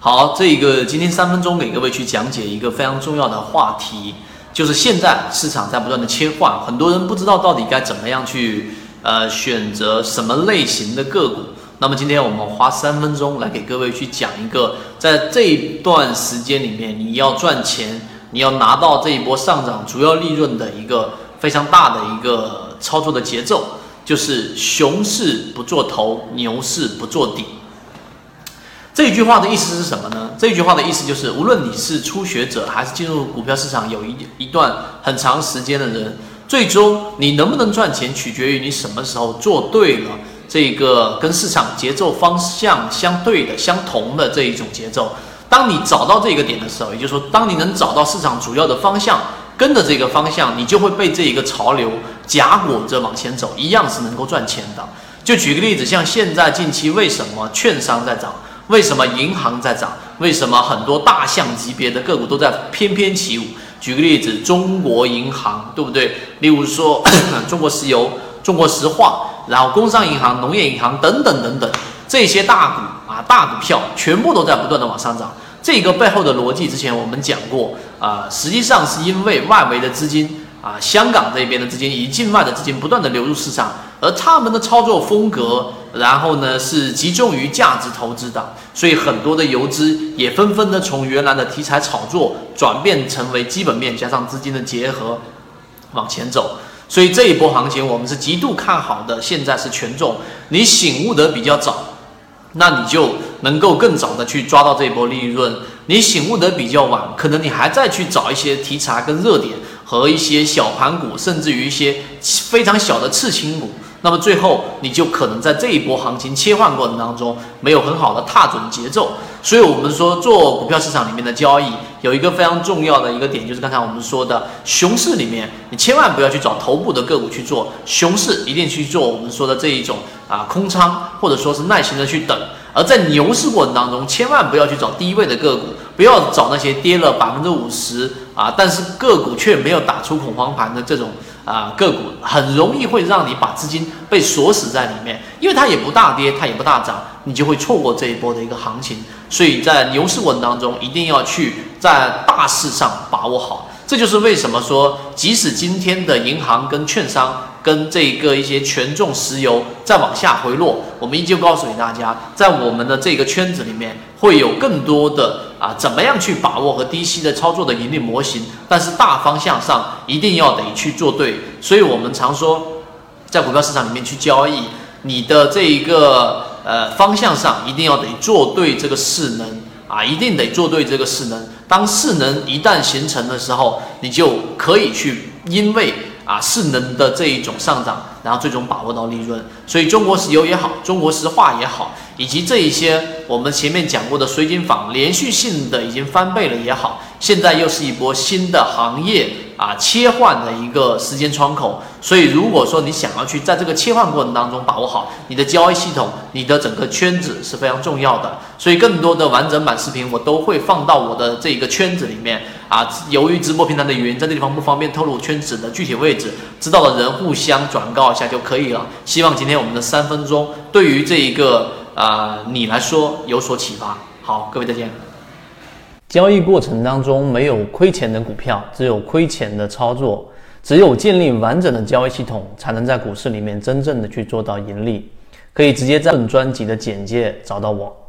好，今天3分钟给各位去讲解一个非常重要的话题，就是现在市场在不断的切换，很多人不知道到底该怎么样去选择什么类型的个股。那么今天我们花3分钟来给各位去讲一个，在这一段时间里面你要赚钱，你要拿到这一波上涨主要利润的一个非常大的一个操作的节奏，就是熊市不做头，牛市不做底。这一句话的意思是什么呢？这一句话的意思就是，无论你是初学者，还是进入股票市场有一段很长时间的人，最终你能不能赚钱，取决于你什么时候做对了这个跟市场节奏方向相对的、相同的这一种节奏。当你找到这个点的时候，也就是说，当你能找到市场主要的方向，跟着这个方向，你就会被这一个潮流夹裹着往前走，一样是能够赚钱的。就举个例子，像现在近期为什么券商在涨？为什么银行在涨？为什么很多大象级别的个股都在翩翩起舞？举个例子，中国银行，对不对？例如说中国石油、中国石化，然后工商银行、农业银行等等等等，这些大股票全部都在不断的往上涨。这个背后的逻辑，之前我们讲过实际上是因为外围的资金香港这边的资金以及境外的资金不断的流入市场，而他们的操作风格，然后呢是集中于价值投资的，所以很多的游资也纷纷的从原来的题材炒作转变成为基本面加上资金的结合往前走。所以这一波行情我们是极度看好的，现在是权重，你醒悟得比较早，那你就能够更早的去抓到这一波利润。你醒悟得比较晚，可能你还在去找一些题材跟热点和一些小盘股，甚至于一些非常小的次新股，那么最后你就可能在这一波行情切换过程当中没有很好的踏准节奏。所以我们说做股票市场里面的交易有一个非常重要的一个点，就是刚才我们说的熊市里面，你千万不要去找头部的个股去做，熊市一定去做我们说的这一种空仓，或者说是耐心的去等。而在牛市过程当中，千万不要去找低位的个股，不要找那些跌了50%但是个股却没有打出恐慌盘的这种个股，很容易会让你把资金被锁死在里面，因为它也不大跌，它也不大涨，你就会错过这一波的一个行情。所以在牛市过程当中，一定要去在大势上把握好。这就是为什么说，即使今天的银行跟券商跟这个一些权重石油再往下回落，我们依旧告诉给大家，在我们的这个圈子里面会有更多的怎么样去把握和低息的操作的盈利模型，但是大方向上一定要得去做对。所以我们常说，在股票市场里面去交易，你的这一个方向上一定要得做对这个势能一定得做对这个势能。当势能一旦形成的时候，你就可以去因为势能的这一种上涨，然后最终把握到利润。所以中国石油也好，中国石化也好，以及这一些我们前面讲过的水井坊连续性的已经翻倍了也好，现在又是一波新的行业切换的一个时间窗口。所以如果说你想要去在这个切换过程当中把握好你的交易系统，你的整个圈子是非常重要的。所以更多的完整版视频我都会放到我的这个圈子里面由于直播平台的原因，在这地方不方便透露圈子的具体位置，知道的人互相转告一下就可以了。希望今天我们的3分钟对于这一个你来说有所启发。好，各位再见。 交易过程当中没有亏钱的股票，只有亏钱的操作。只有建立完整的交易系统，才能在股市里面真正的去做到盈利。可以直接在本专辑的简介找到我。